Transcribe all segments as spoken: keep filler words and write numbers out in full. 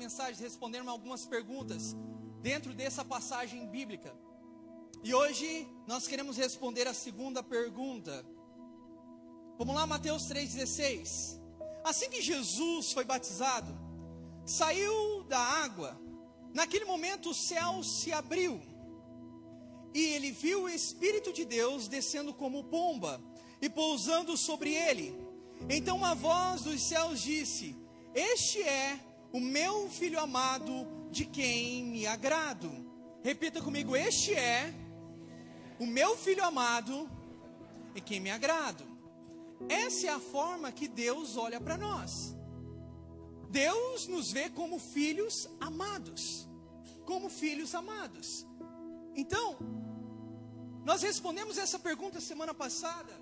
mensagens respondendo algumas perguntas dentro dessa passagem bíblica. E hoje nós queremos responder a segunda pergunta. Vamos lá, Mateus três dezesseis. Assim que Jesus foi batizado, saiu da água. Naquele momento o céu se abriu. E ele viu o Espírito de Deus descendo como pomba e pousando sobre ele. Então uma voz dos céus disse: Este é o meu Filho amado, de quem me agrado. Repita comigo: Este é o meu Filho amado, em quem me agrado. Essa é a forma que Deus olha para nós. Deus nos vê como filhos amados. Como filhos amados. Então, nós respondemos essa pergunta semana passada.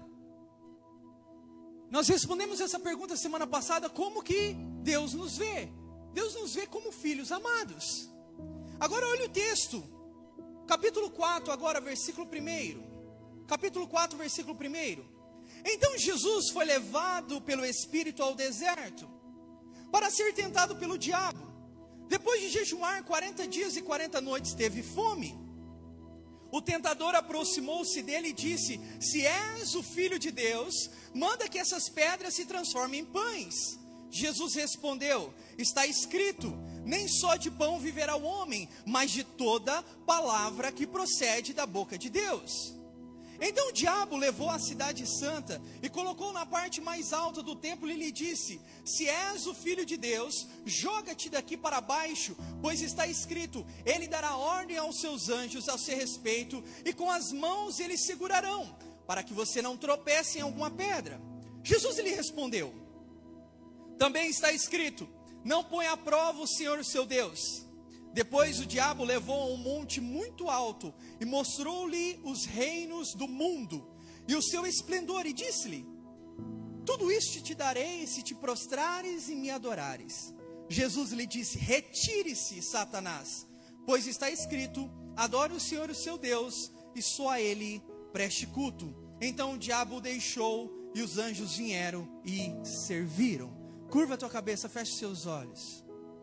Nós respondemos essa pergunta semana passada, como que Deus nos vê? Deus nos vê como filhos amados. Agora olha o texto. Capítulo quatro, agora versículo um. Capítulo quatro, versículo um. Então Jesus foi levado pelo Espírito ao deserto, para ser tentado pelo diabo. Depois de jejuar quarenta dias e quarenta noites, teve fome. O tentador aproximou-se dele e disse: Se és o Filho de Deus, manda que essas pedras se transformem em pães. Jesus respondeu: Está escrito, nem só de pão viverá o homem, mas de toda palavra que procede da boca de Deus. Então o diabo levou a cidade santa e colocou na parte mais alta do templo e lhe disse: Se és o Filho de Deus, joga-te daqui para baixo, pois está escrito, ele dará ordem aos seus anjos ao seu respeito, e com as mãos eles segurarão, para que você não tropece em alguma pedra. Jesus lhe respondeu: Também está escrito, não põe à prova o Senhor seu Deus. Depois o diabo levou a um monte muito alto e mostrou-lhe os reinos do mundo e o seu esplendor, e disse-lhe: Tudo isto te darei se te prostrares e me adorares. Jesus lhe disse: Retire-se, Satanás, pois está escrito, adore o Senhor o seu Deus e só a ele preste culto. Então o diabo o deixou e os anjos vieram e serviram. Curva a tua cabeça, feche seus olhos.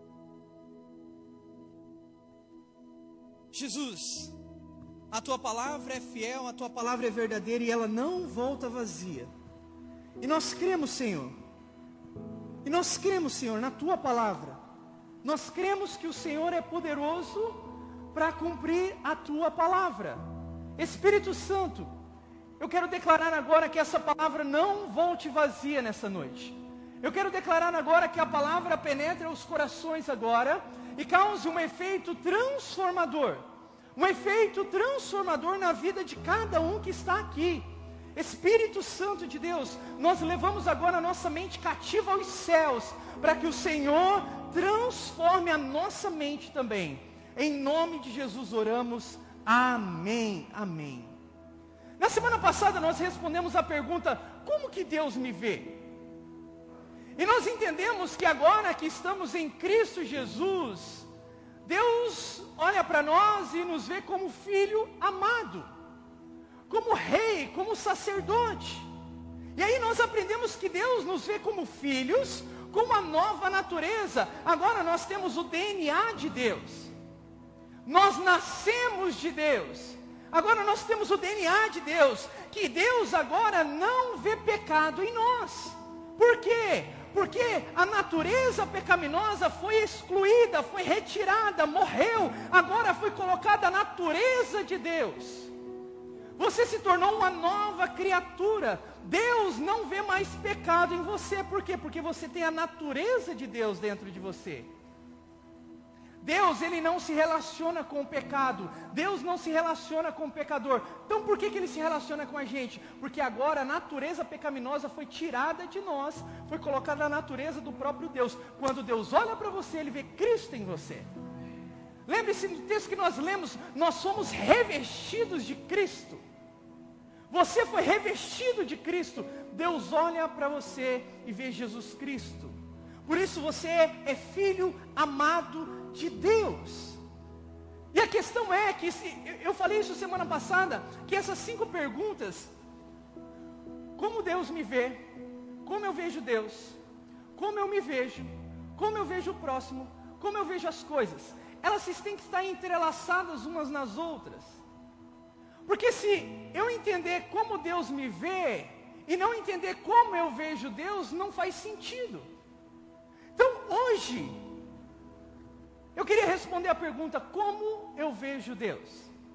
Jesus, a tua palavra é fiel, a tua palavra é verdadeira e ela não volta vazia. E nós cremos, Senhor, e nós cremos, Senhor, na tua palavra. Nós cremos que o Senhor é poderoso para cumprir a tua palavra. Espírito Santo, eu quero declarar agora que essa palavra não volte vazia nessa noite. Eu quero declarar agora que a palavra penetra os corações agora e cause um efeito transformador, um efeito transformador na vida de cada um que está aqui. Espírito Santo de Deus, nós levamos agora a nossa mente cativa aos céus, para que o Senhor transforme a nossa mente também. Em nome de Jesus oramos, amém, amém. Na semana passada nós respondemos a pergunta: como que Deus me vê? E nós entendemos que agora que estamos em Cristo Jesus, Deus olha para nós e nos vê como filho amado, como rei, como sacerdote. E aí nós aprendemos que Deus nos vê como filhos, com uma nova natureza. Agora nós temos o D N A de Deus. Nós nascemos de Deus. Agora nós temos o D N A de Deus, que Deus agora não vê pecado em nós. Por quê? Porque a natureza pecaminosa foi excluída, foi retirada, morreu. Agora foi colocada a natureza de Deus. Você se tornou uma nova criatura. Deus não vê mais pecado em você. Por quê? Porque você tem a natureza de Deus dentro de você. Deus, Ele não se relaciona com o pecado. Deus não se relaciona com o pecador. Então por que que Ele se relaciona com a gente? Porque agora a natureza pecaminosa foi tirada de nós, foi colocada na natureza do próprio Deus. Quando Deus olha para você, Ele vê Cristo em você. Lembre-se do texto que nós lemos, nós somos revestidos de Cristo. Você foi revestido de Cristo. Deus olha para você e vê Jesus Cristo. Por isso você é filho amado de Deus. E a questão é que, se, eu falei isso semana passada, que essas cinco perguntas: como Deus me vê, como eu vejo Deus, como eu me vejo, como eu vejo o próximo, como eu vejo as coisas, elas têm que estar entrelaçadas umas nas outras. Porque se eu entender como Deus me vê, e não entender como eu vejo Deus, não faz sentido. Então, hoje, eu queria responder a pergunta, como eu vejo Deus?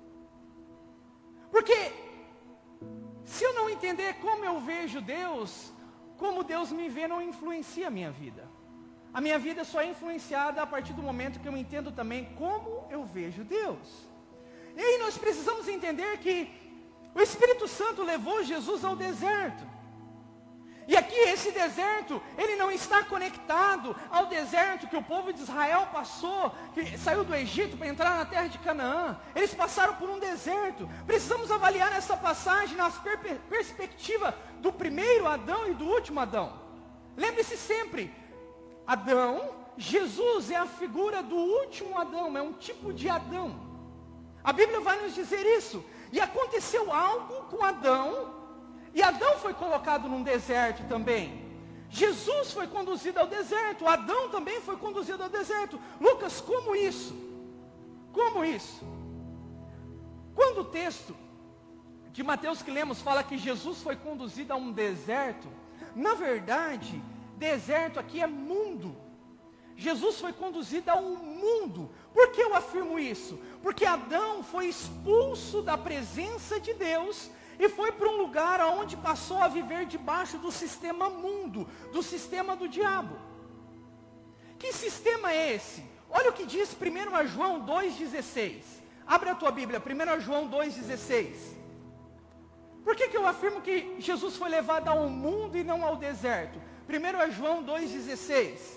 Porque, se eu não entender como eu vejo Deus, como Deus me vê não influencia a minha vida. A minha vida só é influenciada a partir do momento que eu entendo também como eu vejo Deus. E aí nós precisamos entender que o Espírito Santo levou Jesus ao deserto. E aqui esse deserto, ele não está conectado ao deserto que o povo de Israel passou, que saiu do Egito para entrar na terra de Canaã. Eles passaram por um deserto. Precisamos avaliar essa passagem na per perspectiva do primeiro Adão e do último Adão. Lembre-se sempre, Adão, Jesus é a figura do último Adão, é um tipo de Adão. A Bíblia vai nos dizer isso. E aconteceu algo com Adão, e Adão foi colocado num deserto também. Jesus foi conduzido ao deserto, Adão também foi conduzido ao deserto. Lucas, como isso? Como isso? Quando o texto de Mateus que lemos fala que Jesus foi conduzido a um deserto, na verdade, deserto aqui é mundo. Jesus foi conduzido a um mundo. Por que eu afirmo isso? Porque Adão foi expulso da presença de Deus e foi para um lugar onde passou a viver debaixo do sistema mundo, do sistema do diabo. Que sistema é esse? Olha o que diz primeiro João dois dezesseis. Abra a tua Bíblia, primeiro João dois dezesseis. Por que que eu afirmo que Jesus foi levado ao mundo e não ao deserto? primeiro João dois dezesseis.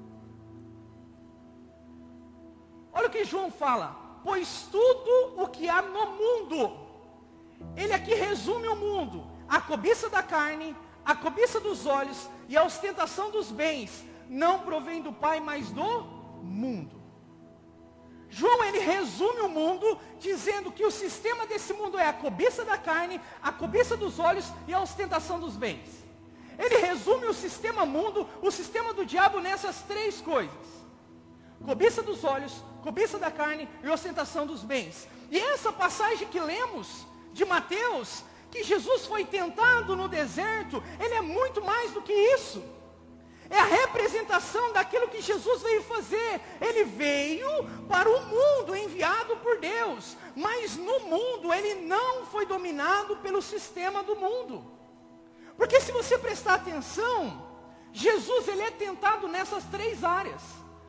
Olha o que João fala, pois tudo o que há no mundo, ele aqui resume o mundo, a cobiça da carne, a cobiça dos olhos e a ostentação dos bens, não provém do Pai, mas do mundo. João, ele resume o mundo, dizendo que o sistema desse mundo é a cobiça da carne, a cobiça dos olhos e a ostentação dos bens. Ele resume o sistema mundo, o sistema do diabo nessas três coisas. Cobiça dos olhos, cobiça da carne e ostentação dos bens. E essa passagem que lemos de Mateus, que Jesus foi tentado no deserto, ele é muito mais do que isso. É a representação daquilo que Jesus veio fazer. Ele veio para o mundo, enviado por Deus. Mas no mundo, ele não foi dominado pelo sistema do mundo. Porque se você prestar atenção, Jesus ele é tentado nessas três áreas.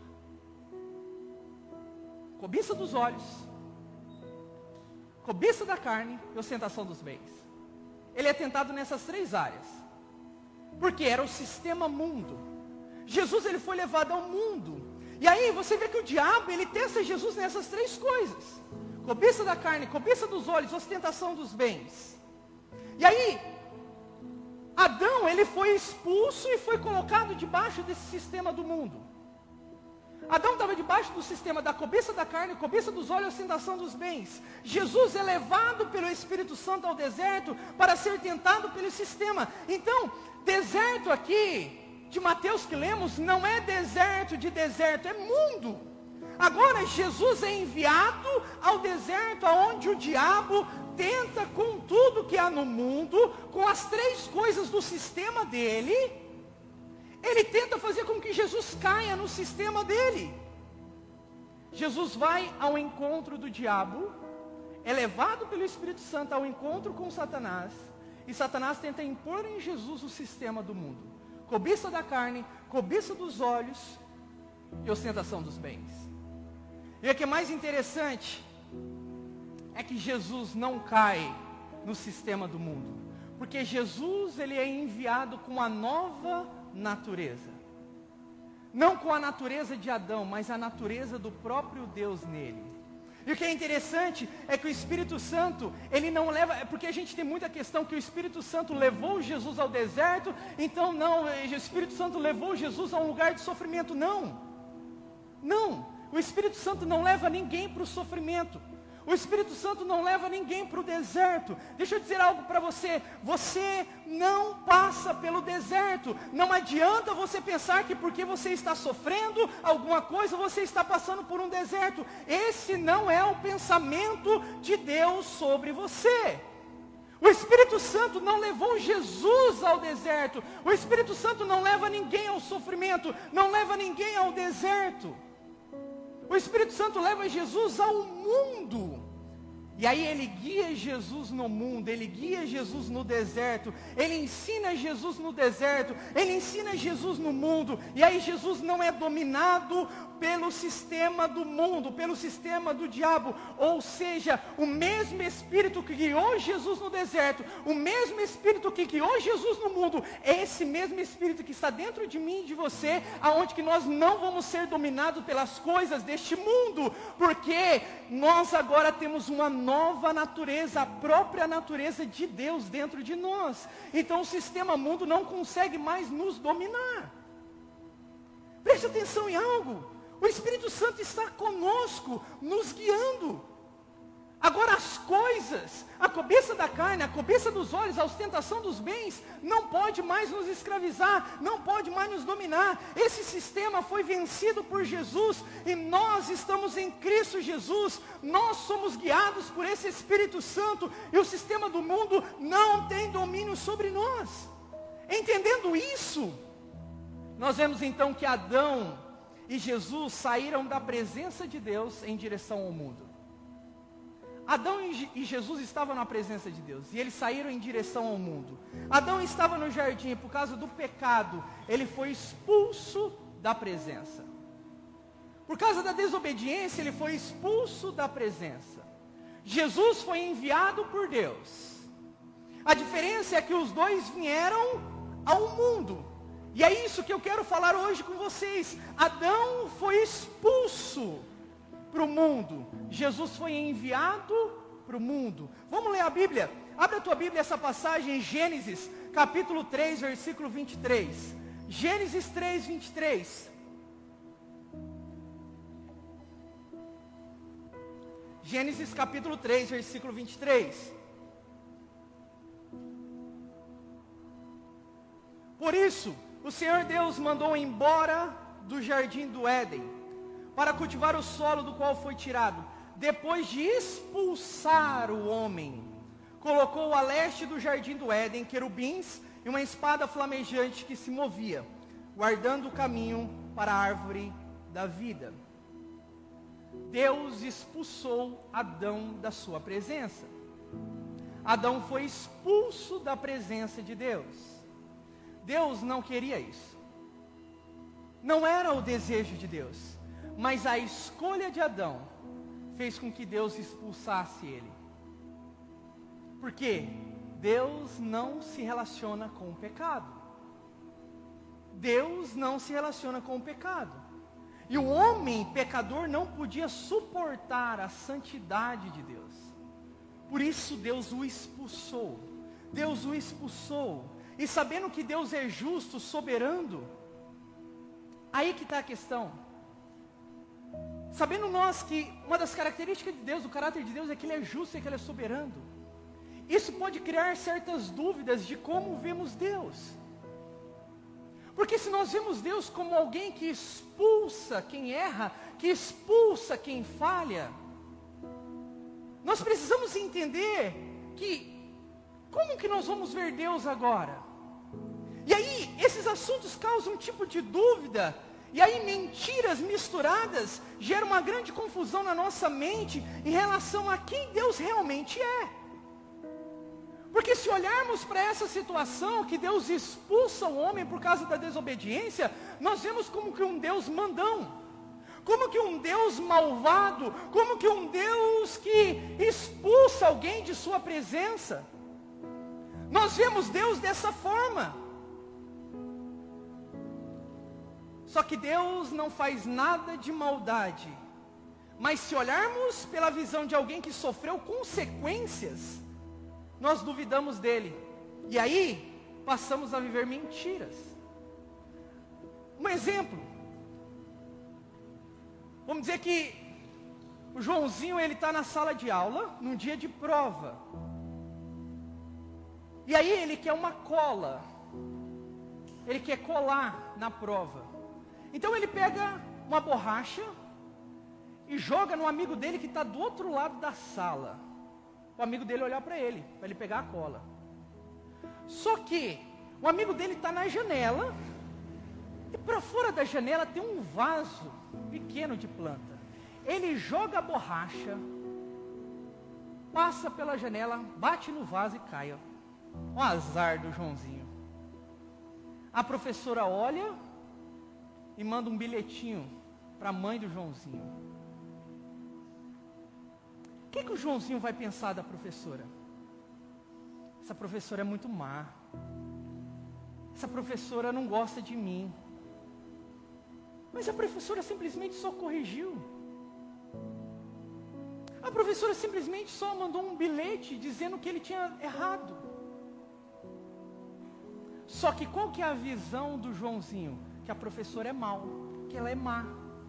Cobiça dos olhos, cobiça da carne e ostentação dos bens. Ele é tentado nessas três áreas. Porque era o sistema mundo. Jesus ele foi levado ao mundo. E aí você vê que o diabo ele testa Jesus nessas três coisas. Cobiça da carne, cobiça dos olhos, ostentação dos bens. E aí, Adão ele foi expulso e foi colocado debaixo desse sistema do mundo. Adão estava debaixo do sistema da cobiça da carne, cobiça dos olhos e ostentação dos bens. Jesus é levado pelo Espírito Santo ao deserto para ser tentado pelo sistema. Então, deserto aqui, de Mateus que lemos, não é deserto de deserto, é mundo. Agora, Jesus é enviado ao deserto, aonde o diabo tenta com tudo que há no mundo, com as três coisas do sistema dele. Ele tenta fazer com que Jesus caia no sistema dele. Jesus vai ao encontro do diabo, é levado pelo Espírito Santo ao encontro com Satanás, e Satanás tenta impor em Jesus o sistema do mundo. Cobiça da carne, cobiça dos olhos e ostentação dos bens. E o que é mais interessante é que Jesus não cai no sistema do mundo, porque Jesus ele é enviado com a nova natureza, não com a natureza de Adão, mas a natureza do próprio Deus nele. E o que é interessante é que o Espírito Santo, ele não leva, é porque a gente tem muita questão que o Espírito Santo levou Jesus ao deserto, então não, o Espírito Santo levou Jesus a um lugar de sofrimento. Não, não, o Espírito Santo não leva ninguém para o sofrimento. O Espírito Santo não leva ninguém para o deserto. Deixa eu dizer algo para você. Você não passa pelo deserto. Não adianta você pensar que porque você está sofrendo alguma coisa, você está passando por um deserto. Esse não é o pensamento de Deus sobre você. O Espírito Santo não levou Jesus ao deserto. O Espírito Santo não leva ninguém ao sofrimento. Não leva ninguém ao deserto. O Espírito Santo leva Jesus ao mundo. E aí ele guia Jesus no mundo, ele guia Jesus no deserto, ele ensina Jesus no deserto, ele ensina Jesus no mundo. E aí Jesus não é dominado pelo sistema do mundo, pelo sistema do diabo. Ou seja, o mesmo Espírito que guiou Jesus no deserto, o mesmo Espírito que guiou Jesus no mundo, é esse mesmo Espírito que está dentro de mim e de você, aonde que nós não vamos ser dominados pelas coisas deste mundo, porque nós agora temos uma nova natureza, a própria natureza de Deus dentro de nós. Então o sistema mundo não consegue mais nos dominar. Preste atenção em algo. O Espírito Santo está conosco, nos guiando. Agora as coisas, a cobiça da carne, a cobiça dos olhos, a ostentação dos bens, não pode mais nos escravizar, não pode mais nos dominar. Esse sistema foi vencido por Jesus e nós estamos em Cristo Jesus. Nós somos guiados por esse Espírito Santo e o sistema do mundo não tem domínio sobre nós. Entendendo isso, nós vemos então que Adão e Jesus saíram da presença de Deus em direção ao mundo. Adão e Jesus estavam na presença de Deus, e eles saíram em direção ao mundo. Adão estava no jardim, por causa do pecado, ele foi expulso da presença. Por causa da desobediência, ele foi expulso da presença. Jesus foi enviado por Deus. A diferença é que os dois vieram ao mundo. E é isso que eu quero falar hoje com vocês. Adão foi expulso para o mundo. Jesus foi enviado para o mundo. Vamos ler a Bíblia? Abre a tua Bíblia, essa passagem em Gênesis, capítulo três, versículo vinte e três. Gênesis três, vinte e três. Gênesis capítulo três, versículo vinte e três. Por isso, o Senhor Deus mandou embora do jardim do Éden, para cultivar o solo do qual foi tirado. Depois de expulsar o homem, colocou a leste do jardim do Éden querubins e uma espada flamejante que se movia, guardando o caminho para a árvore da vida. Deus expulsou Adão da sua presença. Adão foi expulso da presença de Deus. Deus não queria isso. Não era o desejo de Deus. Mas a escolha de Adão fez com que Deus expulsasse ele. Por quê? Deus não se relaciona com o pecado. Deus não se relaciona com o pecado. E o homem pecador não podia suportar a santidade de Deus. Por isso Deus o expulsou. Deus o expulsou. E sabendo que Deus é justo, soberano, aí que está a questão. Sabendo nós que uma das características de Deus, o caráter de Deus, é que Ele é justo e que Ele é soberano. Isso pode criar certas dúvidas de como vemos Deus. Porque se nós vemos Deus como alguém que expulsa quem erra, que expulsa quem falha, nós precisamos entender que, como que nós vamos ver Deus agora? E aí, esses assuntos causam um tipo de dúvida, e aí mentiras misturadas geram uma grande confusão na nossa mente em relação a quem Deus realmente é. Porque se olharmos para essa situação, que Deus expulsa o homem por causa da desobediência, nós vemos como que um Deus mandão, como que um Deus malvado, como que um Deus que expulsa alguém de sua presença. Nós vemos Deus dessa forma. Só que Deus não faz nada de maldade. Mas se olharmos pela visão de alguém que sofreu consequências, nós duvidamos dele. E aí, passamos a viver mentiras. Um exemplo. Vamos dizer que O Joãozinho, ele está na sala de aula, num dia de prova. E aí ele quer uma cola. Ele quer colar na prova. Então ele pega uma borracha e joga no amigo dele que está do outro lado da sala. O amigo dele olhar para ele, para ele pegar a cola. Só que o amigo dele está na janela. E para fora da janela tem um vaso pequeno de planta. Ele joga a borracha, passa pela janela, bate no vaso e cai. O azar do Joãozinho. A professora olha e manda um bilhetinho para a mãe do Joãozinho. O que, que o Joãozinho vai pensar da professora? Essa professora é muito má. Essa professora não gosta de mim. Mas a professora simplesmente só corrigiu. A professora simplesmente só mandou um bilhete dizendo que ele tinha errado. Só que qual que é a visão do Joãozinho? Que a professora é mal, que ela é má.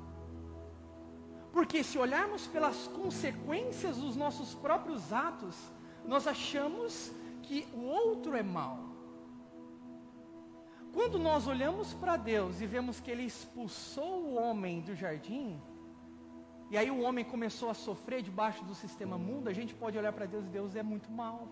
Porque se olharmos pelas consequências dos nossos próprios atos, nós achamos que o outro é mau. Quando nós olhamos para Deus e vemos que Ele expulsou o homem do jardim, e aí o homem começou a sofrer debaixo do sistema mundo, a gente pode olhar para Deus e Deus é muito mau.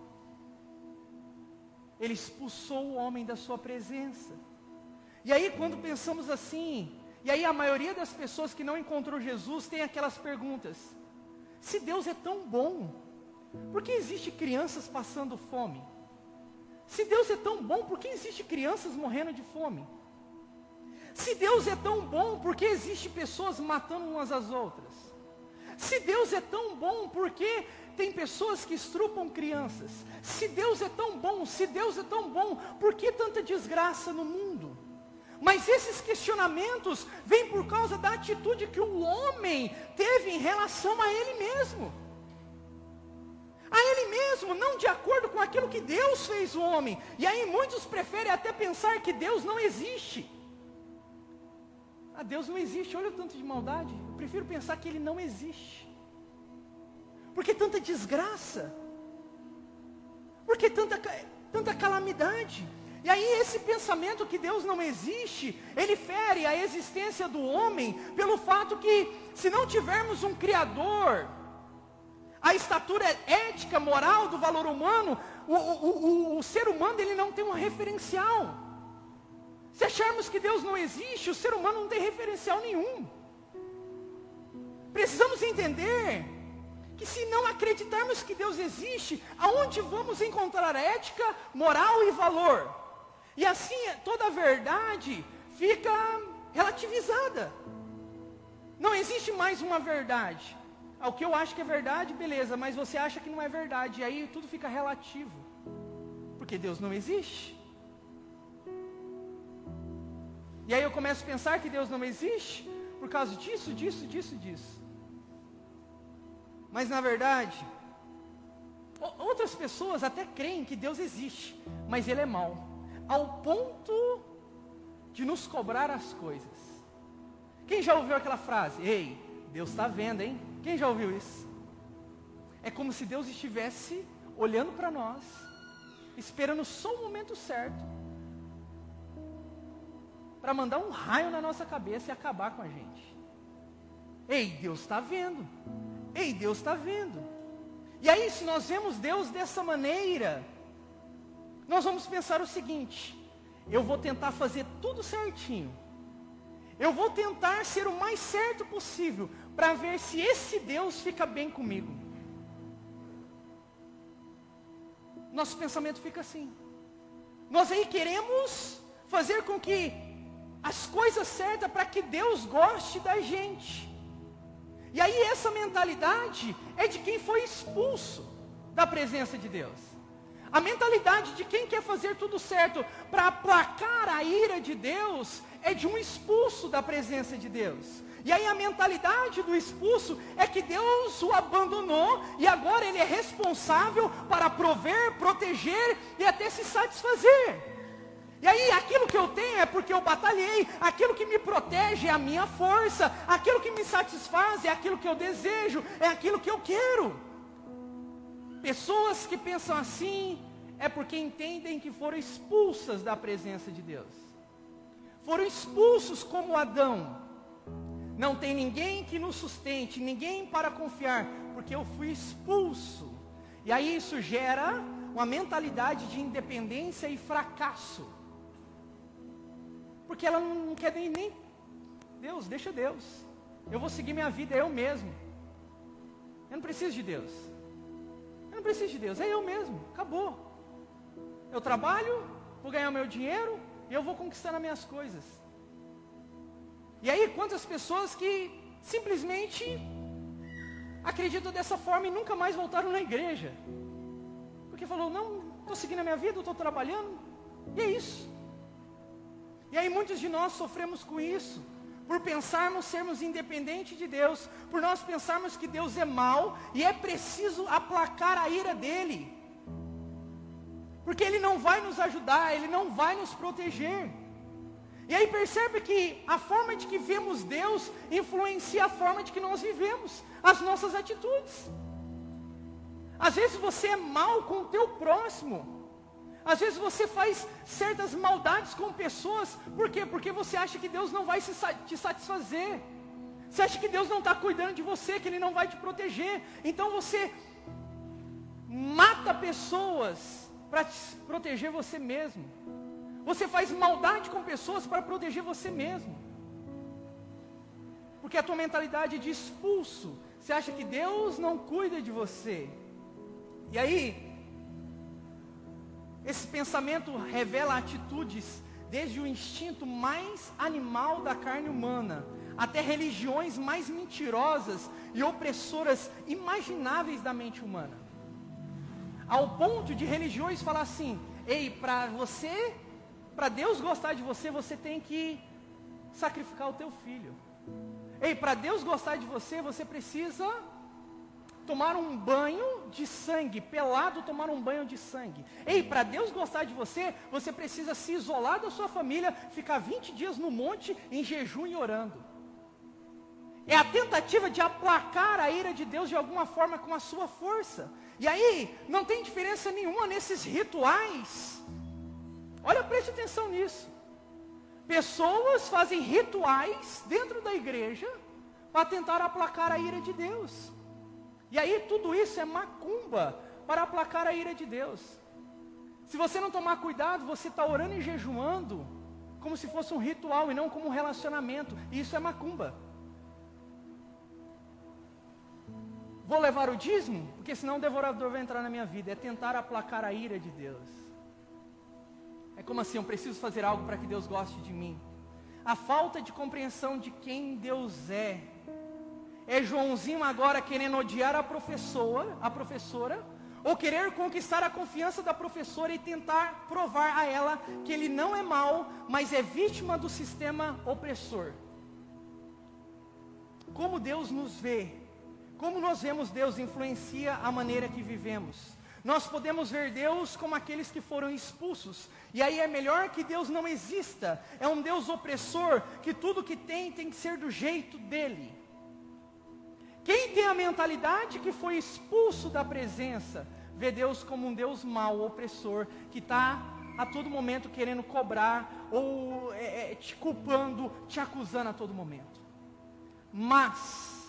Ele expulsou o homem da sua presença. E aí quando pensamos assim, e aí a maioria das pessoas que não encontrou Jesus tem aquelas perguntas: se Deus é tão bom, por que existe crianças passando fome? Se Deus é tão bom, por que existe crianças morrendo de fome? Se Deus é tão bom, por que existe pessoas matando umas às outras? Se Deus é tão bom, por que tem pessoas que estrupam crianças? Se Deus é tão bom, se Deus é tão bom, por que tanta desgraça no mundo? Mas esses questionamentos vêm por causa da atitude que o homem teve em relação a ele mesmo. A ele mesmo, não de acordo com aquilo que Deus fez o homem. E aí muitos preferem até pensar que Deus não existe. Ah, Deus não existe, olha o tanto de maldade. Eu prefiro pensar que Ele não existe. Por que tanta desgraça? Por que tanta, tanta calamidade? E aí esse pensamento que Deus não existe, ele fere a existência do homem pelo fato que, se não tivermos um Criador, a estatura ética, moral do valor humano, o, o, o, o ser humano ele não tem um referencial. Se acharmos que Deus não existe, o ser humano não tem referencial nenhum. Precisamos entender que se não acreditarmos que Deus existe, aonde vamos encontrar ética, moral e valor? E assim toda a verdade fica relativizada. Não existe mais uma verdade. O que eu acho que é verdade, beleza, mas você acha que não é verdade. E aí tudo fica relativo. Porque Deus não existe. E aí eu começo a pensar que Deus não existe por causa disso, disso, disso, disso. Mas na verdade, outras pessoas até creem que Deus existe, mas Ele é mau, ao ponto de nos cobrar as coisas. Quem já ouviu aquela frase? Ei, Deus está vendo, hein? Quem já ouviu isso? É como se Deus estivesse olhando para nós, esperando só o momento certo, para mandar um raio na nossa cabeça e acabar com a gente. Ei, Deus está vendo. Ei, Deus está vendo. E aí, se nós vemos Deus dessa maneira, nós vamos pensar o seguinte: eu vou tentar fazer tudo certinho. Eu vou tentar ser o mais certo possível, para ver se esse Deus fica bem comigo. Nosso pensamento fica assim. Nós aí queremos fazer com que as coisas certas para que Deus goste da gente. E aí essa mentalidade é de quem foi expulso da presença de Deus. A mentalidade de quem quer fazer tudo certo para aplacar a ira de Deus é de um expulso da presença de Deus. E aí a mentalidade do expulso é que Deus o abandonou e agora ele é responsável para prover, proteger e até se satisfazer. E aí, aquilo que eu tenho é porque eu batalhei, aquilo que me protege é a minha força, aquilo que me satisfaz é aquilo que eu desejo, é aquilo que eu quero. Pessoas que pensam assim é porque entendem que foram expulsas da presença de Deus. Foram expulsos como Adão. Não tem ninguém que nos sustente, ninguém para confiar, porque eu fui expulso. E aí isso gera uma mentalidade de independência e fracasso. Porque ela não quer nem, nem Deus, deixa Deus. Eu vou seguir minha vida, é eu mesmo. Eu não preciso de Deus. Eu não preciso de Deus, é eu mesmo, acabou. Eu trabalho, vou ganhar o meu dinheiro e eu vou conquistando as minhas coisas. E aí, quantas pessoas que simplesmente acreditam dessa forma e nunca mais voltaram na igreja? Porque falou, não, estou seguindo a minha vida, estou trabalhando, e é isso. E aí muitos de nós sofremos com isso, por pensarmos sermos independentes de Deus, por nós pensarmos que Deus é mau, e é preciso aplacar a ira dEle, porque Ele não vai nos ajudar, Ele não vai nos proteger. E aí percebe que a forma de que vemos Deus, influencia a forma de que nós vivemos, as nossas atitudes. Às vezes você é mau com o teu próximo, às vezes você faz certas maldades com pessoas, por quê? Porque você acha que Deus não vai se, te satisfazer, você acha que Deus não está cuidando de você, que Ele não vai te proteger, então você mata pessoas para proteger você mesmo, você faz maldade com pessoas para proteger você mesmo, porque a tua mentalidade é de expulso, você acha que Deus não cuida de você, e aí, esse pensamento revela atitudes, desde o instinto mais animal da carne humana, até religiões mais mentirosas e opressoras imagináveis da mente humana. Ao ponto de religiões falar assim, ei, para você, para Deus gostar de você, você tem que sacrificar o teu filho. Ei, para Deus gostar de você, você precisa tomar um banho de sangue, pelado tomar um banho de sangue. Ei, para Deus gostar de você, você precisa se isolar da sua família, ficar vinte dias no monte, em jejum e orando. É a tentativa de aplacar a ira de Deus de alguma forma com a sua força. E aí, não tem diferença nenhuma nesses rituais. Olha, preste atenção nisso. Pessoas fazem rituais dentro da igreja, para tentar aplacar a ira de Deus. E aí tudo isso é macumba para aplacar a ira de Deus. Se você não tomar cuidado, você está orando e jejuando como se fosse um ritual e não como um relacionamento. E isso é macumba. Vou levar o dízimo? Porque senão o devorador vai entrar na minha vida. É tentar aplacar a ira de Deus. É como assim, eu preciso fazer algo para que Deus goste de mim. A falta de compreensão de quem Deus é. É Joãozinho agora querendo odiar a professora, a professora, ou querer conquistar a confiança da professora e tentar provar a ela que ele não é mau, mas é vítima do sistema opressor. Como Deus nos vê, como nós vemos Deus influencia a maneira que vivemos. Nós podemos ver Deus como aqueles que foram expulsos, e aí é melhor que Deus não exista, é um Deus opressor, que tudo que tem tem que ser do jeito dele. Quem tem a mentalidade que foi expulso da presença, vê Deus como um Deus mau, opressor, que está a todo momento querendo cobrar, ou é, é, te culpando, te acusando a todo momento. Mas,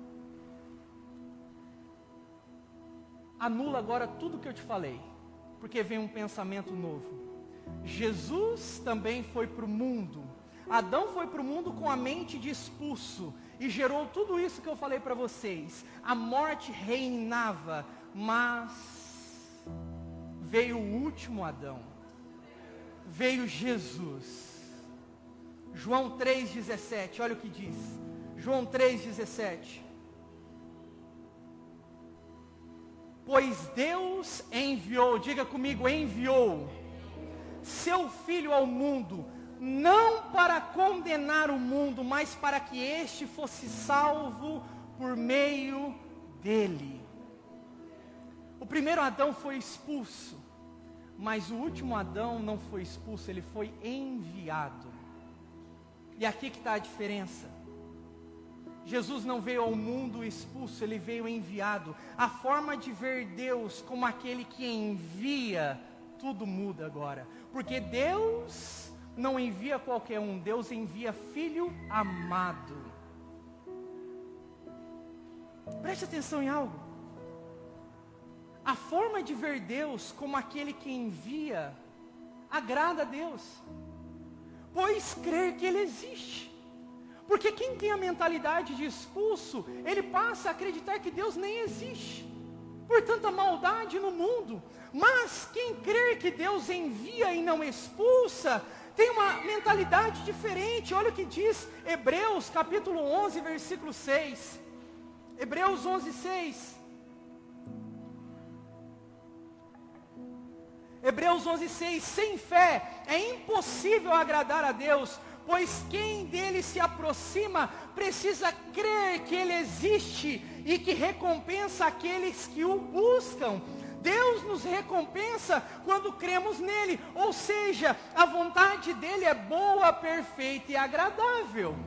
anula agora tudo que eu te falei, porque vem um pensamento novo. Jesus também foi para o mundo, Adão foi para o mundo com a mente de expulso, e gerou tudo isso que eu falei para vocês. A morte reinava, mas veio o último Adão, veio Jesus. João três, dezessete, olha o que diz. João três, dezessete. Pois Deus enviou, diga comigo, enviou seu Filho ao mundo, não para condenar o mundo, mas para que este fosse salvo por meio dele. O primeiro Adão foi expulso, Mas o último Adão não foi expulso, ele foi enviado. E aqui que está a diferença. Jesus não veio ao mundo expulso, ele veio enviado. A forma de ver Deus como aquele que envia, tudo muda agora. Porque Deus não envia qualquer um, Deus envia Filho amado. Preste atenção em algo. A forma de ver Deus como aquele que envia, agrada a Deus. Pois crer que Ele existe. Porque quem tem a mentalidade de expulso, ele passa a acreditar que Deus nem existe. Por tanta maldade no mundo. Mas quem crer que Deus envia e não expulsa, tem uma mentalidade diferente. Olha o que diz Hebreus capítulo onze, versículo seis. Hebreus onze, seis. Hebreus onze, seis. Sem fé é impossível agradar a Deus, pois quem dele se aproxima precisa crer que Ele existe e que recompensa aqueles que o buscam. Deus nos recompensa quando cremos nele, ou seja, a vontade dele é boa, perfeita e agradável.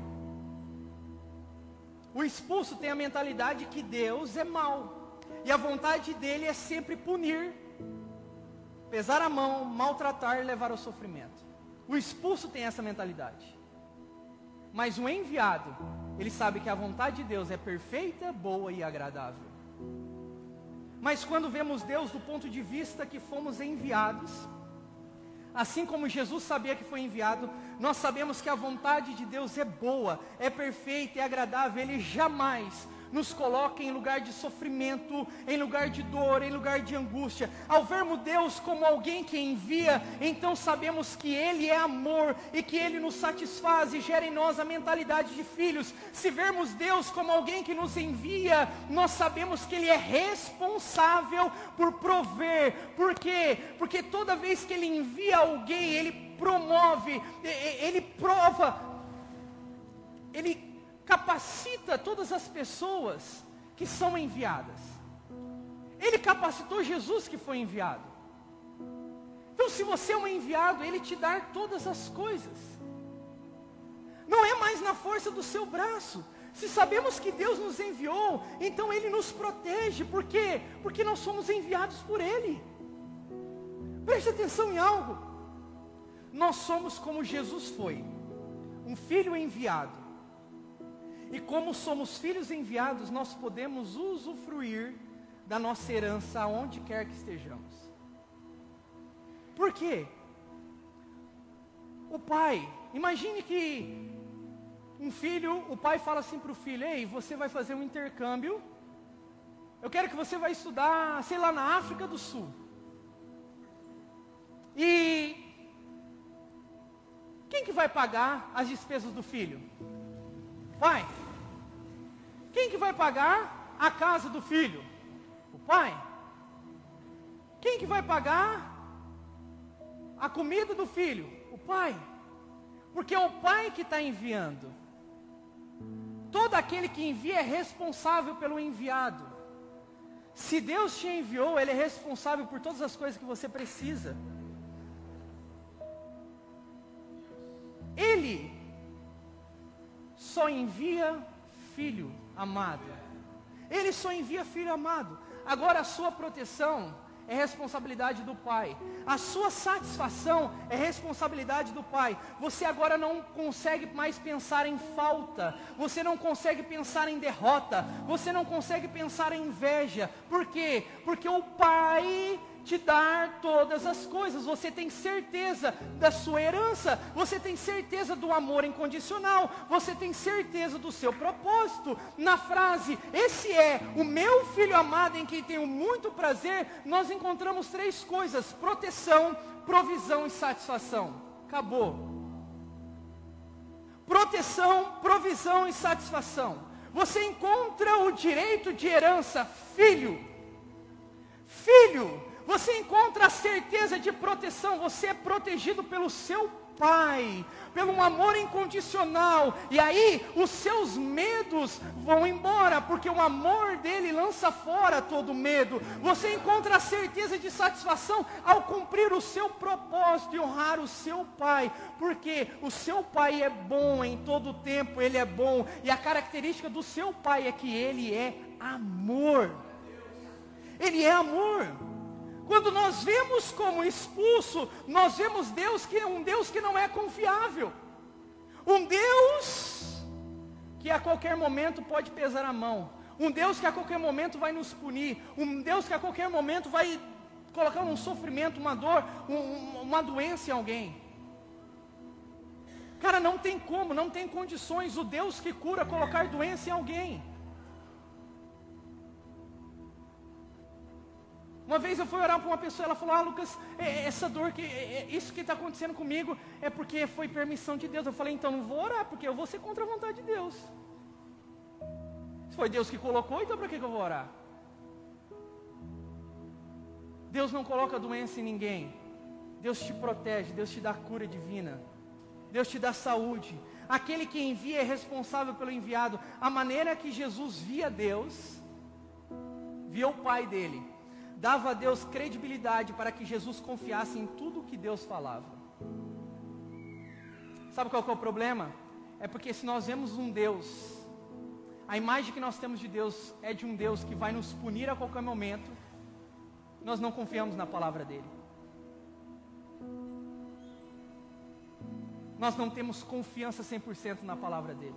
O expulso tem a mentalidade que Deus é mau, e a vontade dele é sempre punir, pesar a mão, maltratar e levar ao sofrimento. O expulso tem essa mentalidade. Mas o enviado, ele sabe que a vontade de Deus é perfeita, boa e agradável. Mas quando vemos Deus do ponto de vista que fomos enviados, assim como Jesus sabia que foi enviado, nós sabemos que a vontade de Deus é boa, é perfeita e agradável. Ele jamais nos coloca em lugar de sofrimento, em lugar de dor, em lugar de angústia. Ao vermos Deus como alguém que envia, então sabemos que Ele é amor e que Ele nos satisfaz e gera em nós a mentalidade de filhos. Se vermos Deus como alguém que nos envia, nós sabemos que Ele é responsável por prover. Por quê? Porque toda vez que Ele envia alguém, Ele promove, Ele prova, Ele capacita todas as pessoas que são enviadas. Ele capacitou Jesus que foi enviado. Então se você é um enviado, Ele te dá todas as coisas. Não é mais na força do seu braço. Se sabemos que Deus nos enviou, então Ele nos protege. Por quê? Porque nós somos enviados por Ele. Preste atenção em algo. Nós somos como Jesus foi, um filho enviado. E como somos filhos enviados, nós podemos usufruir da nossa herança aonde quer que estejamos. Por quê? O pai, imagine que um filho, o pai fala assim para o filho: ei, você vai fazer um intercâmbio, eu quero que você vai estudar, sei lá, na África do Sul. E quem que vai pagar as despesas do filho? Pai. Quem que vai pagar a casa do filho? O pai. Quem que vai pagar a comida do filho? O pai. Porque é o pai que está enviando. Todo aquele que envia é responsável pelo enviado. Se Deus te enviou, Ele é responsável por todas as coisas que você precisa. Ele só envia filho amado. Ele só envia filho amado. Agora a sua proteção é responsabilidade do pai. A sua satisfação é responsabilidade do pai. Você agora não consegue mais pensar em falta. Você não consegue pensar em derrota. Você não consegue pensar em inveja. Por quê? Porque o pai te dar todas as coisas. Você tem certeza da sua herança. Você tem certeza do amor incondicional. Você tem certeza do seu propósito. Na frase, esse é o meu filho amado em quem tenho muito prazer, nós encontramos três coisas: proteção, provisão e satisfação. Acabou. Proteção, provisão e satisfação. Você encontra o direito de herança, filho. Filho. Você encontra a certeza de proteção, você é protegido pelo seu pai, pelo um amor incondicional. E aí os seus medos vão embora, porque o amor dele lança fora todo medo. Você encontra a certeza de satisfação ao cumprir o seu propósito e honrar o seu pai, porque o seu pai é bom em todo o tempo, ele é bom, e a característica do seu pai é que ele é amor. Ele é amor. Quando nós vemos como expulso, nós vemos Deus que é um Deus que não é confiável. Um Deus que a qualquer momento pode pesar a mão. Um Deus que a qualquer momento vai nos punir. Um Deus que a qualquer momento vai colocar um sofrimento, uma dor, um, uma doença em alguém. Cara, não tem como, não tem condições o Deus que cura colocar doença em alguém. Uma vez eu fui orar para uma pessoa, ela falou: ah, Lucas, é, essa dor, que, é, isso que está acontecendo comigo é porque foi permissão de Deus. Eu falei: então não vou orar, porque eu vou ser contra a vontade de Deus. Se foi Deus que colocou, então para que, que eu vou orar? Deus não coloca doença em ninguém. Deus te protege, Deus te dá cura divina. Deus te dá saúde. Aquele que envia é responsável pelo enviado. A maneira que Jesus via Deus, via o Pai dele, dava a Deus credibilidade para que Jesus confiasse em tudo o que Deus falava. Sabe qual que é o problema? É porque se nós vemos um Deus, a imagem que nós temos de Deus é de um Deus que vai nos punir a qualquer momento, nós não confiamos na palavra dele. Nós não temos confiança cem por cento na palavra dele.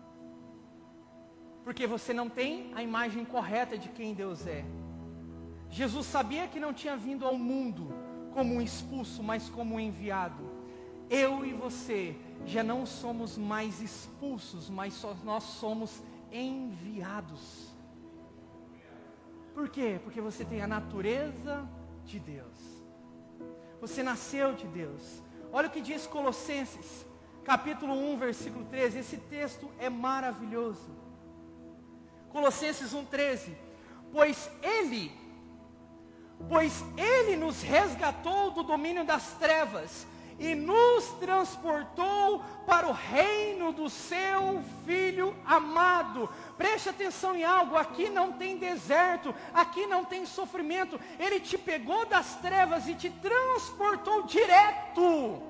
Porque você não tem a imagem correta de quem Deus é. Jesus sabia que não tinha vindo ao mundo como um expulso, mas como um enviado. Eu e você já não somos mais expulsos, mas só nós somos enviados. Por quê? Porque você tem a natureza de Deus. Você nasceu de Deus. Olha o que diz Colossenses, capítulo um, versículo treze. Esse texto é maravilhoso. Colossenses um, treze. Pois Ele, pois Ele nos resgatou do domínio das trevas e nos transportou para o reino do seu Filho amado. Preste atenção em algo, aqui não tem deserto, aqui não tem sofrimento. Ele te pegou das trevas e te transportou direto,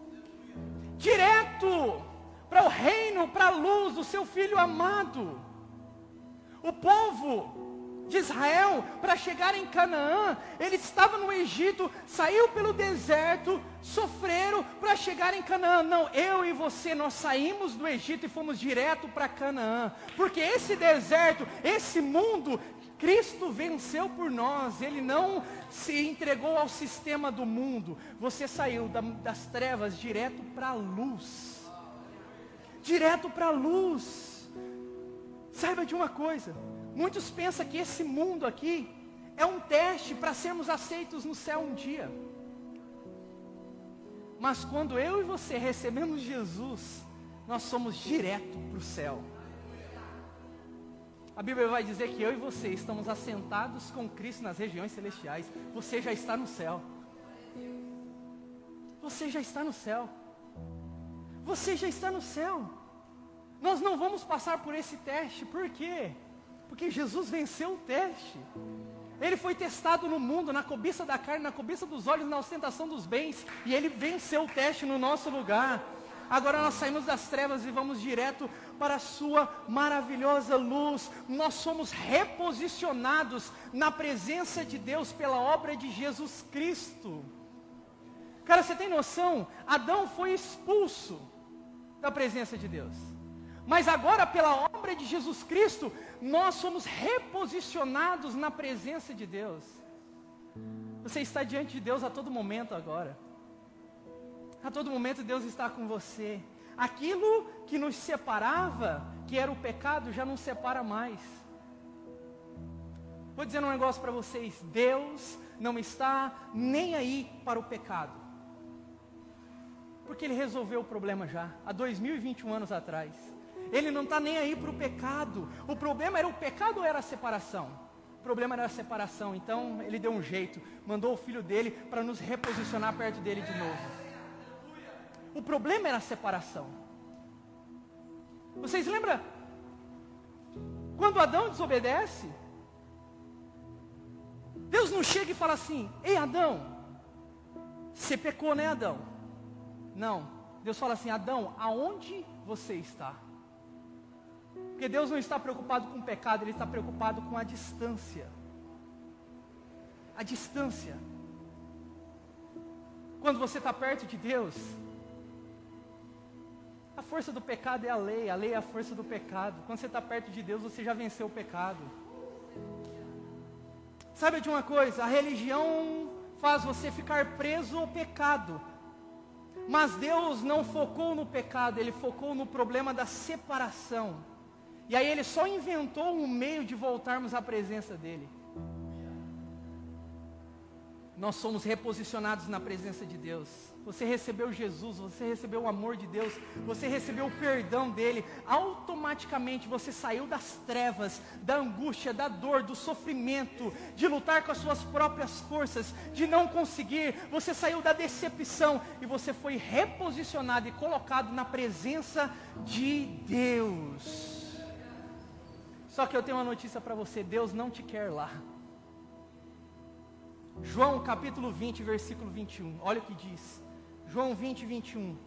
direto, para o reino, para a luz do seu Filho amado. O povo de Israel, para chegar em Canaã, ele estava no Egito, saiu pelo deserto, sofreram para chegar em Canaã. Não, eu e você, nós saímos do Egito e fomos direto para Canaã, porque esse deserto, esse mundo, Cristo venceu por nós. Ele não se entregou ao sistema do mundo. Você saiu da, das trevas direto para a luz, direto para a luz. Saiba de uma coisa, muitos pensam que esse mundo aqui é um teste para sermos aceitos no céu um dia. Mas quando eu e você recebemos Jesus, nós somos direto para o céu. A Bíblia vai dizer que eu e você estamos assentados com Cristo nas regiões celestiais. Você já está no céu. Você já está no céu. Você já está no céu. Nós não vamos passar por esse teste. Por quê? Porque Jesus venceu o teste. Ele foi testado no mundo, na cobiça da carne, na cobiça dos olhos, na ostentação dos bens. E Ele venceu o teste no nosso lugar. Agora nós saímos das trevas e vamos direto para a sua maravilhosa luz. Nós somos reposicionados na presença de Deus pela obra de Jesus Cristo. Cara, você tem noção? Adão foi expulso da presença de Deus. Mas agora, pela obra de Jesus Cristo, nós somos reposicionados na presença de Deus. Você está diante de Deus a todo momento agora. A todo momento Deus está com você. Aquilo que nos separava, que era o pecado, já não separa mais. Vou dizer um negócio para vocês. Deus não está nem aí para o pecado. Porque Ele resolveu o problema já, há dois mil e vinte e um anos atrás. Ele não está nem aí para o pecado. O problema era o pecado ou era a separação? O problema era a separação. Então Ele deu um jeito, mandou o Filho dele para nos reposicionar perto dele de novo. O problema era a separação. Vocês lembram? Quando Adão desobedece, Deus não chega e fala assim: ei Adão, você pecou, né Adão? Não, Deus fala assim: Adão, aonde você está? Porque Deus não está preocupado com o pecado, Ele está preocupado com a distância. A distância. Quando você está perto de Deus, a força do pecado é a lei, a lei é a força do pecado. Quando você está perto de Deus, você já venceu o pecado. Sabe de uma coisa? A religião faz você ficar preso ao pecado. Mas Deus não focou no pecado, Ele focou no problema da separação. E aí Ele só inventou um meio de voltarmos à presença dEle. Nós somos reposicionados na presença de Deus. Você recebeu Jesus, você recebeu o amor de Deus, você recebeu o perdão dEle. Automaticamente você saiu das trevas, da angústia, da dor, do sofrimento, de lutar com as suas próprias forças, de não conseguir. Você saiu da decepção e você foi reposicionado e colocado na presença de Deus. Só que eu tenho uma notícia para você: Deus não te quer lá. João capítulo vinte, versículo vinte e um, olha o que diz. João vinte, vinte e um.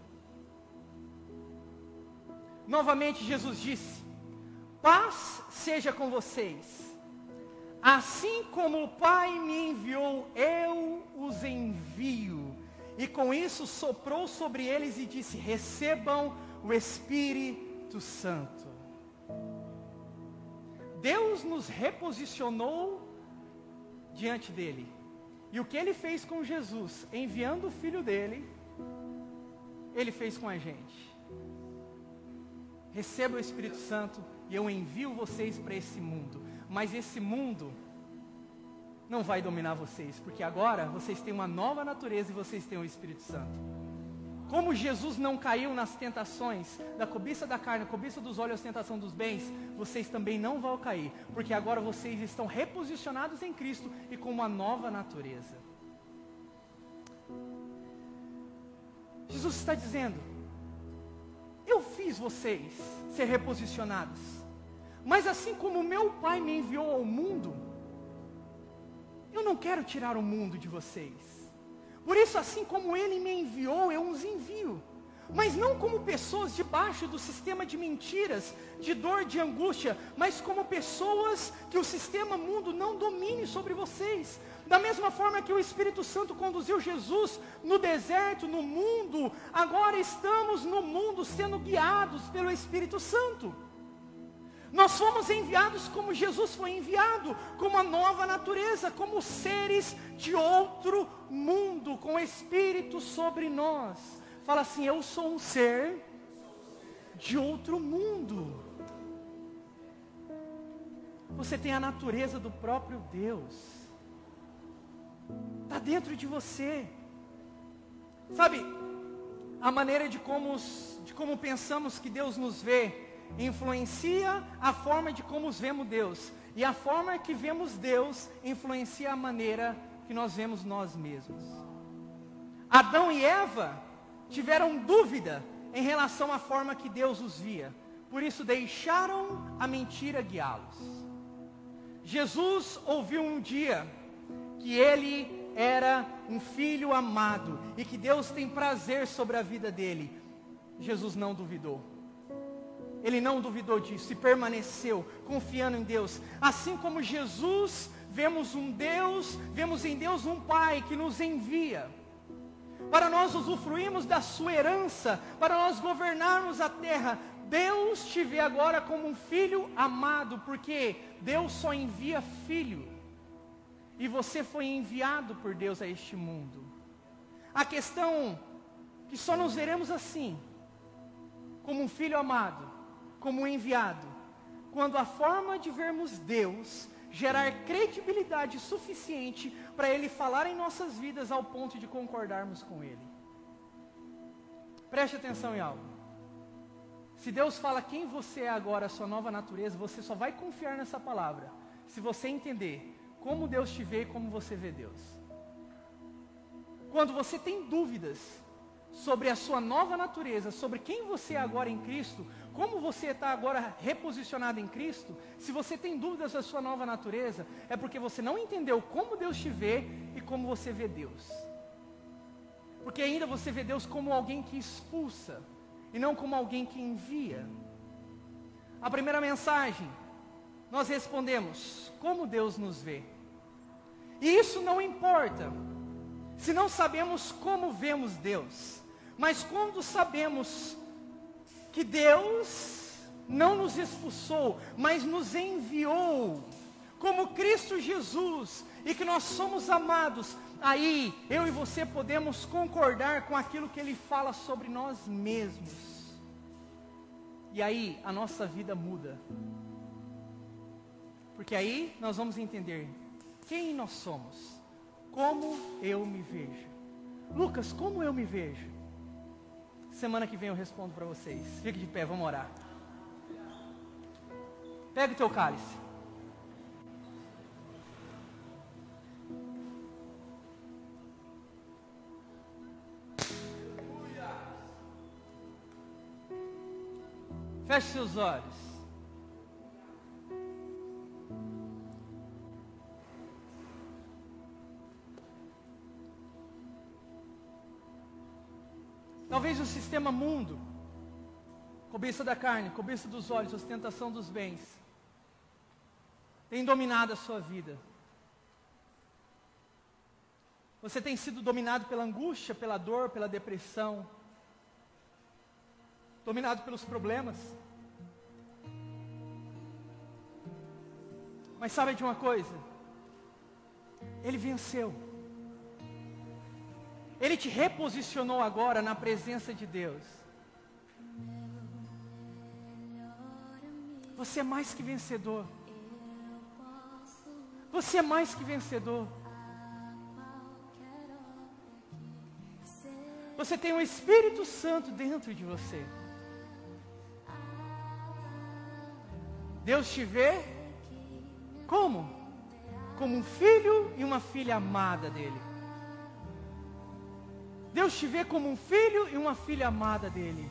Novamente Jesus disse: paz seja com vocês. Assim como o Pai me enviou, eu os envio. E com isso soprou sobre eles e disse: recebam o Espírito Santo. Deus nos reposicionou diante dele. E o que Ele fez com Jesus, enviando o Filho dEle, Ele fez com a gente. Receba o Espírito Santo e eu envio vocês para esse mundo. Mas esse mundo não vai dominar vocês, porque agora vocês têm uma nova natureza e vocês têm o Espírito Santo. Como Jesus não caiu nas tentações da cobiça da carne, a cobiça dos olhos e a ostentação dos bens, vocês também não vão cair, porque agora vocês estão reposicionados em Cristo e com uma nova natureza. Jesus está dizendo: eu fiz vocês ser reposicionados, mas assim como meu Pai me enviou ao mundo, eu não quero tirar o mundo de vocês. Por isso, assim como Ele me enviou, eu os envio. Mas não como pessoas debaixo do sistema de mentiras, de dor, de angústia, mas como pessoas que o sistema mundo não domine sobre vocês. Da mesma forma que o Espírito Santo conduziu Jesus no deserto, no mundo, agora estamos no mundo sendo guiados pelo Espírito Santo. Nós fomos enviados como Jesus foi enviado, com uma nova natureza, como seres de outro mundo, com o Espírito sobre nós. Fala assim: eu sou um ser de outro mundo. Você tem a natureza do próprio Deus. Está dentro de você. Sabe, a maneira de como, de como pensamos que Deus nos vê influencia a forma de como vemos Deus. E a forma que vemos Deus influencia a maneira que nós vemos nós mesmos. Adão e Eva tiveram dúvida em relação à forma que Deus os via. Por isso deixaram a mentira guiá-los. Jesus ouviu um dia que ele era um filho amado e que Deus tem prazer sobre a vida dele. Jesus não duvidou. Ele não duvidou disso e permaneceu confiando em Deus. Assim como Jesus, vemos um Deus, vemos em Deus um Pai que nos envia para nós usufruirmos da sua herança, para nós governarmos a terra. Deus te vê agora como um filho amado, porque Deus só envia filho. E você foi enviado por Deus a este mundo. A questão que só nos veremos assim, como um filho amado, como um enviado, quando a forma de vermos Deus gerar credibilidade suficiente para Ele falar em nossas vidas ao ponto de concordarmos com Ele. Preste atenção em algo. Se Deus fala quem você é agora, a sua nova natureza, você só vai confiar nessa palavra se você entender como Deus te vê e como você vê Deus. Quando você tem dúvidas sobre a sua nova natureza, sobre quem você é agora em Cristo, como você está agora reposicionado em Cristo, se você tem dúvidas da sua nova natureza, é porque você não entendeu como Deus te vê e como você vê Deus. Porque ainda você vê Deus como alguém que expulsa, e não como alguém que envia. A primeira mensagem, nós respondemos, como Deus nos vê. E isso não importa, se não sabemos como vemos Deus. Mas quando sabemos que Deus não nos expulsou, mas nos enviou, como Cristo Jesus, e que nós somos amados, aí eu e você podemos concordar com aquilo que Ele fala sobre nós mesmos. E aí a nossa vida muda. Porque aí nós vamos entender quem nós somos, como eu me vejo. Lucas, como eu me vejo? Semana que vem eu respondo para vocês. Fique de pé, vamos orar. Pega o teu cálice. Feche seus olhos. Talvez o sistema mundo, cobiça da carne, cobiça dos olhos, ostentação dos bens, tem dominado a sua vida. Você tem sido dominado pela angústia, pela dor, pela depressão, dominado pelos problemas. Mas sabe de uma coisa? Ele venceu. Ele te reposicionou agora na presença de Deus. Você é mais que vencedor. Você é mais que vencedor. Você tem o Espírito Santo dentro de você. Deus te vê como? Como um filho e uma filha amada dele. Deus te vê como um filho e uma filha amada dele.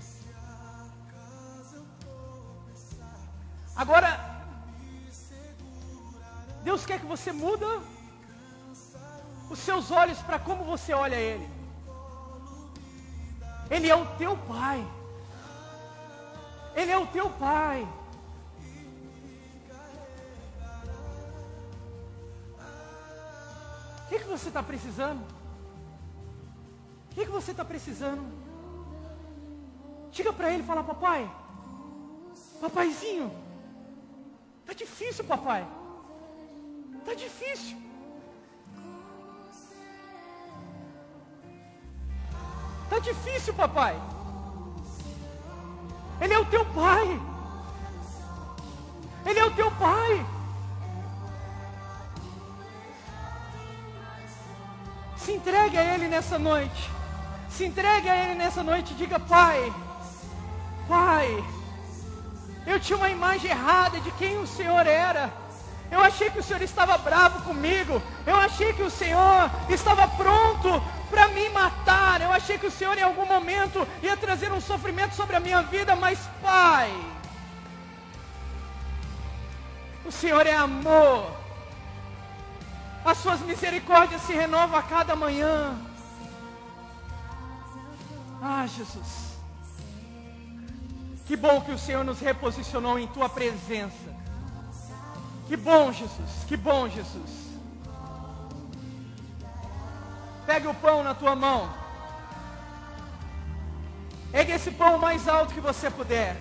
Agora, Deus quer que você muda os seus olhos para como você olha Ele. Ele é o teu Pai. Ele é o teu Pai. O que, que você está precisando? O que, que você está precisando? Chega para ele e fala: papai, papaizinho, tá difícil, papai, tá difícil. Tá difícil, papai. Ele é o teu pai. Ele é o teu pai. Se entregue a Ele nessa noite. Se entregue a Ele nessa noite e diga: Pai, Pai, eu tinha uma imagem errada de quem o Senhor era. Eu achei que o Senhor estava bravo comigo. Eu achei que o Senhor estava pronto para me matar. Eu achei que o Senhor em algum momento ia trazer um sofrimento sobre a minha vida. Mas Pai, o Senhor é amor. As suas misericórdias se renovam a cada manhã. Ah, Jesus, que bom que o Senhor nos reposicionou em Tua presença. Que bom, Jesus, que bom, Jesus. Pegue o pão na tua mão. Pegue esse pão o mais alto que você puder.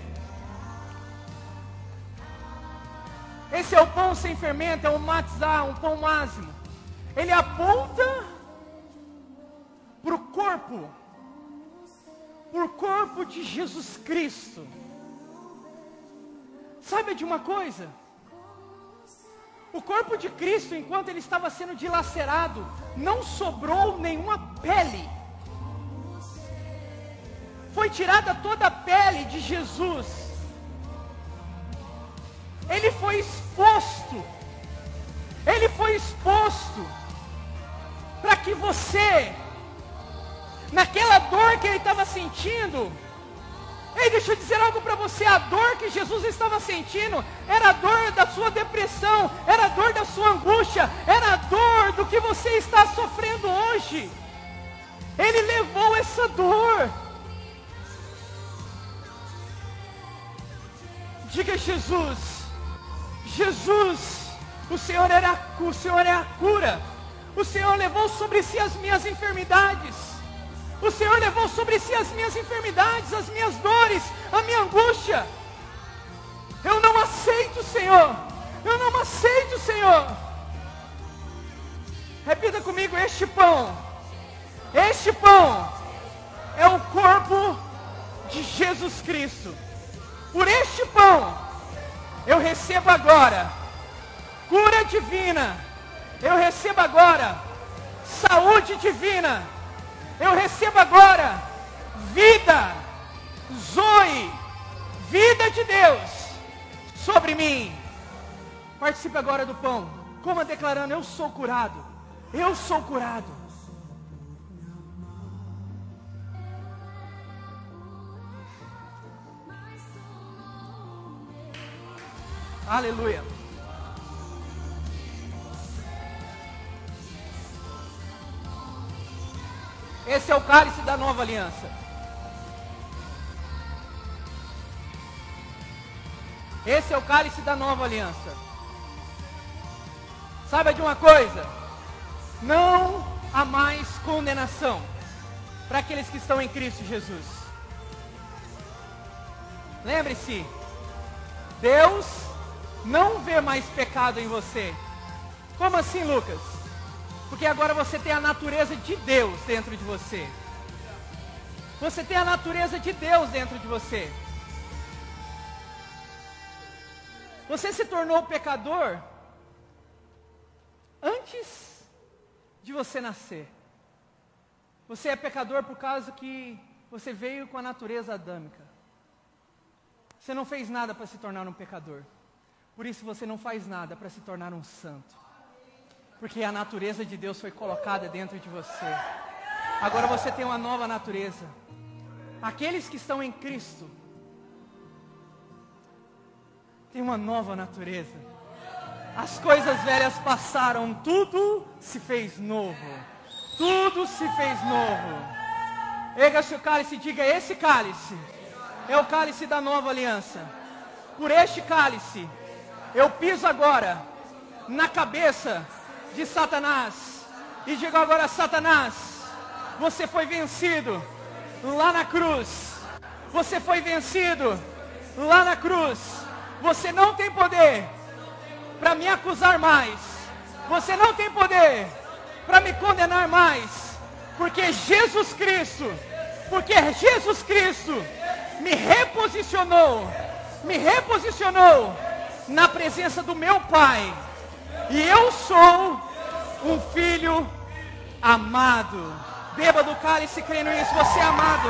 Esse é o pão sem fermento, é um matzah, um pão máximo. Ele aponta para o corpo, para o corpo de Jesus Cristo. Sabe de uma coisa? O corpo de Cristo, enquanto ele estava sendo dilacerado, não sobrou nenhuma pele. Foi tirada toda a pele de Jesus. Ele foi exposto. Ele foi exposto para que você naquela dor que ele estava sentindo. Ei, deixa eu dizer algo para você, a dor que Jesus estava sentindo, era a dor da sua depressão, era a dor da sua angústia, era a dor do que você está sofrendo hoje. Ele levou essa dor. Diga: Jesus, Jesus, o Senhor, era, o Senhor é a cura. O Senhor levou sobre si as minhas enfermidades. O Senhor levou sobre si as minhas enfermidades, as minhas dores, a minha angústia. Eu não aceito, Senhor. Eu não aceito, Senhor. Repita comigo: este pão, este pão é o corpo de Jesus Cristo. Por este pão, eu recebo agora cura divina. Eu recebo agora saúde divina. Eu recebo agora vida, Zoe, vida de Deus sobre mim. Participe agora do pão, coma declarando: eu sou curado, eu sou curado. Aleluia. Esse é o cálice da nova aliança. Esse é o cálice da nova aliança. Saiba de uma coisa: não há mais condenação para aqueles que estão em Cristo Jesus. Lembre-se, Deus não vê mais pecado em você. Como assim, Lucas? Porque agora você tem a natureza de Deus dentro de você. Você tem a natureza de Deus dentro de você. Você se tornou pecador antes de você nascer. Você é pecador por causa que você veio com a natureza adâmica. Você não fez nada para se tornar um pecador. Por isso você não faz nada para se tornar um santo. Porque a natureza de Deus foi colocada dentro de você. Agora você tem uma nova natureza. Aqueles que estão em Cristo têm uma nova natureza. As coisas velhas passaram, tudo se fez novo. Tudo se fez novo. Erga-se o cálice e diga: esse cálice é o cálice da nova aliança. Por este cálice eu piso agora na cabeça de Satanás e digo agora: Satanás, você foi vencido lá na cruz. Você foi vencido lá na cruz. Você não tem poder para me acusar mais. Você não tem poder para me condenar mais. Porque Jesus Cristo, porque Jesus Cristo me reposicionou, me reposicionou na presença do meu Pai. E eu sou um filho amado. Beba do cálice crendo nisso. Você é amado.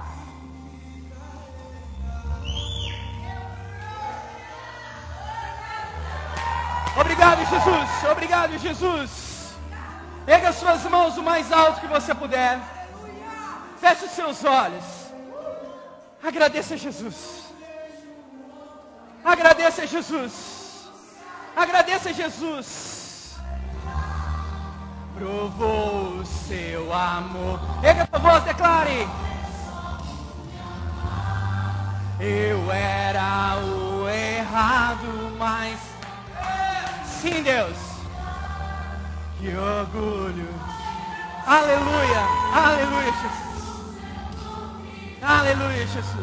Obrigado, Jesus. Obrigado, Jesus. Erga suas mãos o mais alto que você puder. Feche os seus olhos. Agradeça a Jesus. Agradeça a Jesus. Agradeça a Jesus. Provou o seu amor. Erga a voz, declare: eu era o errado, mas sim, Deus. Que orgulho. Aleluia. Aleluia, Jesus. Aleluia, Jesus.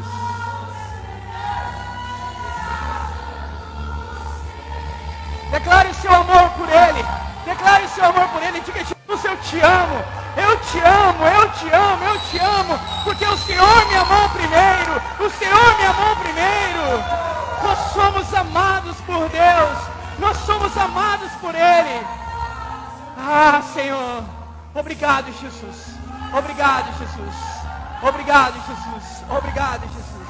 Declare o seu amor por Ele. Declare o seu amor por Ele. Diga: Jesus, eu te amo. Eu te amo, eu te amo, eu te amo. Porque o Senhor me amou primeiro. O Senhor me amou primeiro. Nós somos amados por Deus. Nós somos amados por Ele. Ah, Senhor. Obrigado, Jesus. Obrigado, Jesus. Obrigado, Jesus. Obrigado, Jesus.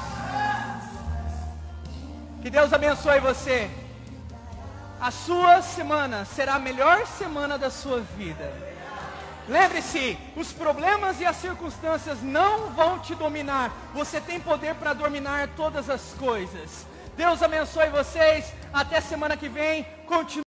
Que Deus abençoe você. A sua semana será a melhor semana da sua vida. Lembre-se, os problemas e as circunstâncias não vão te dominar. Você tem poder para dominar todas as coisas. Deus abençoe vocês. Até semana que vem. Continue